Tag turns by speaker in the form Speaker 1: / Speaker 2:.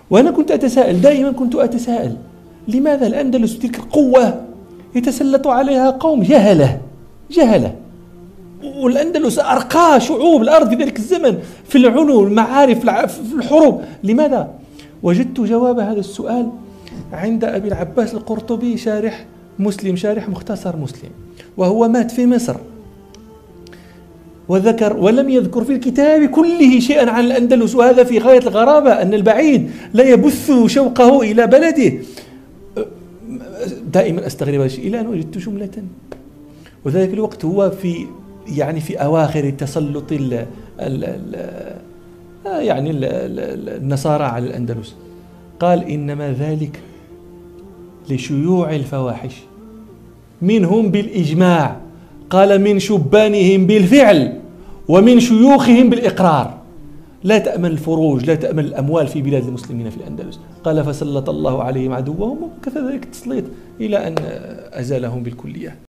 Speaker 1: وأنا كنت أتساءل، دائما كنت أتساءل لماذا الأندلس تلك القوة يتسلط عليها قوم جهلة، والأندلس أرقى شعوب الأرض في ذلك الزمن في العلوم، المعارف، في الحروب. لماذا؟ وجدت جواب هذا السؤال عند أبي العباس القرطبي شارح مختصر مسلم، وهو مات في مصر، وذكر ولم يذكر في الكتاب كله شيئا عن الأندلس، وهذا في غاية الغرابة، أن البعيد لا يبث شوقه إلى بلده. دائما أستغرب هذا الشيء إلى أن وجدت جملة، وذلك الوقت هو في أواخر تسلط النصارى على الأندلس. قال إنما ذلك لشيوع الفواحش منهم بالإجماع، قال من شبانهم بالفعل ومن شيوخهم بالإقرار، لا تأمن الفروج، لا تأمن الأموال في بلاد المسلمين في الأندلس. قال فسلط الله عليهم عدوهم، وكذلك التسليط إلى أن أزالهم بالكلية.